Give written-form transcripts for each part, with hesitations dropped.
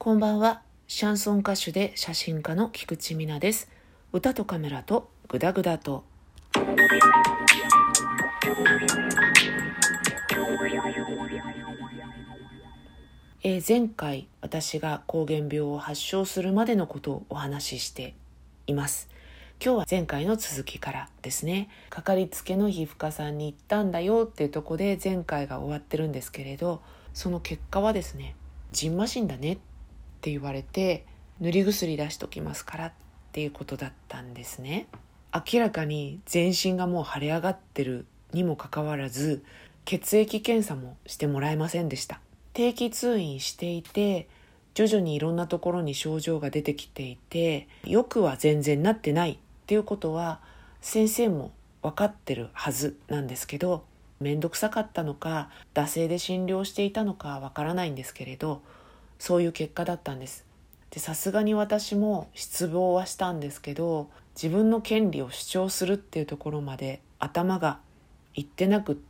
こんばんは。シャンソン歌手で写真家の菊池美奈です。歌とカメラとグダグダと。前回私が膠原病を発症するまでのことをお話ししています。今日は前回の続きからですね。かかりつけの皮膚科さんに行ったんだよっていうところで前回が終わってるんですけれど、その結果はですね、じんましんだねって言われて、塗り薬出しときますからっていうことだったんですね。明らかに全身がもう腫れ上がってるにもかかわらず、血液検査もしてもらえませんでした。定期通院していて、徐々にいろんなところに症状が出てきていて、よくは全然なってないっていうことは先生も分かってるはずなんですけど、めんどくさかったのか惰性で診療していたのかわからないんですけれど、そういう結果だったんです。で、さすがに私も失望はしたんですけど、自分の権利を主張するっていうところまで頭がいってなくって、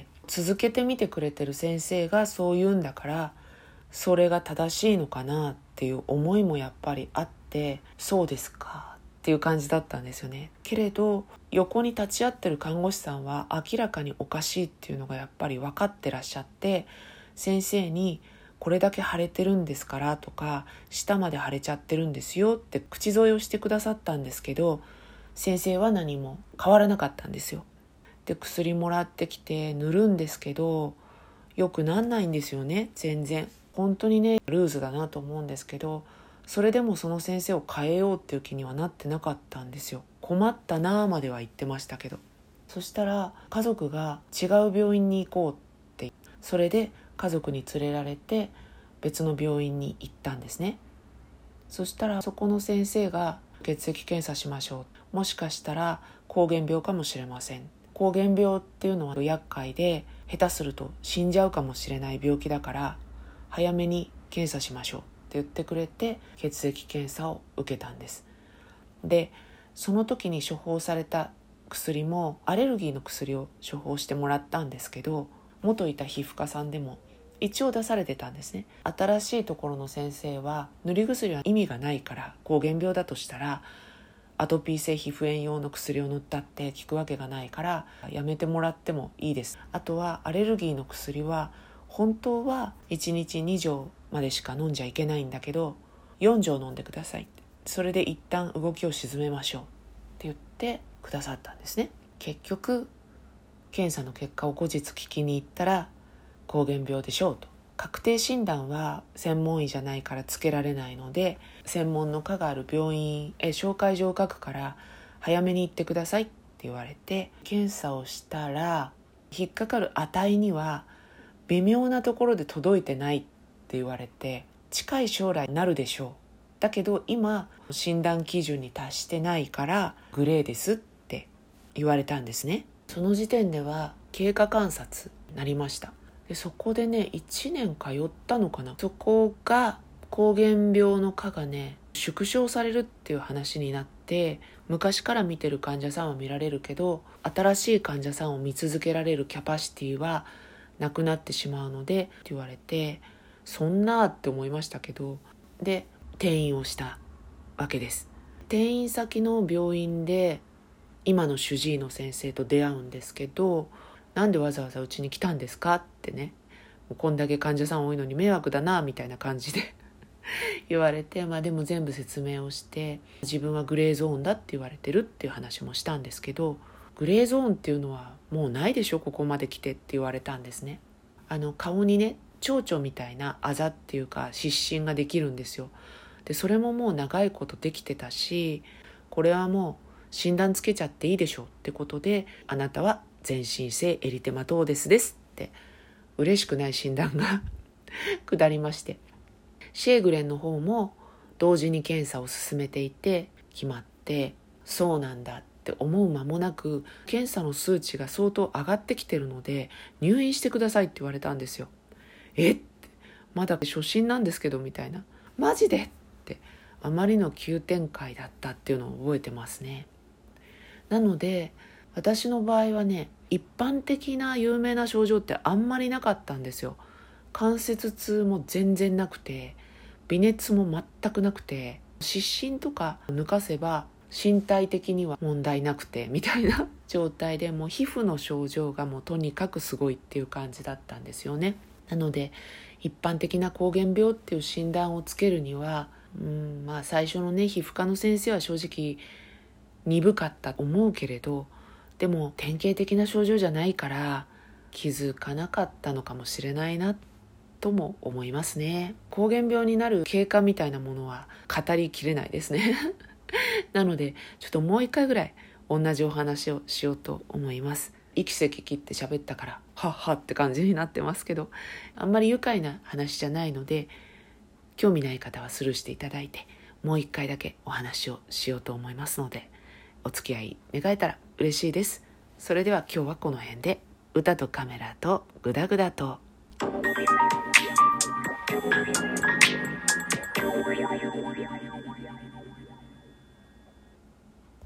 続けてみてくれてる先生がそう言うんだからそれが正しいのかなっていう思いもやっぱりあって、そうですかっていう感じだったんですよね。けれど横に立ち会ってる看護師さんは明らかにおかしいっていうのがやっぱり分かってらっしゃって、先生にこれだけ腫れてるんですからとか、舌まで腫れちゃってるんですよって口添えをしてくださったんですけど、先生は何も変わらなかったんですよ。で、薬もらってきて塗るんですけど、よくなんないんですよね。全然本当にね、ルーズだなと思うんですけど、それでもその先生を変えようっていう気にはなってなかったんですよ。困ったなーまでは言ってましたけど。そしたら家族が違う病院に行こうって、それで家族に連れられて別の病院に行ったんですね。そしたらそこの先生が血液検査しましょう、もしかしたら膠原病かもしれません、膠原病っていうのは厄介で下手すると死んじゃうかもしれない病気だから早めに検査しましょうって言ってくれて、血液検査を受けたんです。で、その時に処方された薬もアレルギーの薬を処方してもらったんですけど、元いた皮膚科さんでも一応出されてたんですね。新しいところの先生は塗り薬は意味がないから、膠原病だとしたらアトピー性皮膚炎用の薬を塗ったって効くわけがないからやめてもらってもいいです。あとはアレルギーの薬は本当は1日2錠までしか飲んじゃいけないんだけど4錠飲んでください、それで一旦動きを鎮めましょうって言ってくださったんですね。結局検査の結果を後日聞きに行ったら膠原病でしょうと。確定診断は専門医じゃないからつけられないので、専門の科がある病院へ紹介状を書くから早めに行ってくださいって言われて、検査をしたら引っかかる値には微妙なところで届いてないって言われて、近い将来になるでしょう、だけど今診断基準に達してないからグレーですって言われたんですね。その時点では経過観察になりました。で、そこでね、1年通ったのかな。そこが膠原病の科がね縮小されるっていう話になって、昔から見てる患者さんは見られるけど新しい患者さんを見続けられるキャパシティはなくなってしまうのでって言われて、そんなって思いましたけど、で転院をしたわけです。転院先の病院で今の主治医の先生と出会うんですけど、なんでわざわざうちに来たんですかってね、もうこんだけ患者さん多いのに迷惑だなみたいな感じで言われて、でも全部説明をして、自分はグレーゾーンだって言われてるっていう話もしたんですけど、グレーゾーンっていうのはもうないでしょここまで来てって言われたんですね。顔にね蝶々みたいなあざっていうか湿疹ができるんですよ。でそれももう長いことできてたし、これはもう診断つけちゃっていいでしょってことで、あなたは全身性エリテマトーデスですって嬉しくない診断が下りまして、シェーグレンの方も同時に検査を進めていて決まって、そうなんだって思う間もなく検査の数値が相当上がってきてるので入院してくださいって言われたんですよ。ってまだ初診なんですけどみたいな、マジでってあまりの急展開だったっていうのを覚えてますね。なので私の場合はね、一般的な有名な症状ってあんまりなかったんですよ。関節痛も全然なくて、 微熱も全くなくて、湿疹とか抜かせば身体的には問題なくてみたいな状態で、もう皮膚の症状がもうとにかくすごいっていう感じだったんですよね。なので一般的な膠原病っていう診断をつけるには、最初のね皮膚科の先生は正直鈍かったと思うけれど、でも典型的な症状じゃないから気づかなかったのかもしれないなとも思いますね。膠原病になる経過みたいなものは語りきれないですねなのでちょっともう一回ぐらい同じお話をしようと思います。息せき切って喋ったからはっはって感じになってますけど、あんまり愉快な話じゃないので興味ない方はスルーしていただいて、もう一回だけお話をしようと思いますので、お付き合い願えたら嬉しいです。それでは今日はこの辺で。歌とカメラとグダグダと。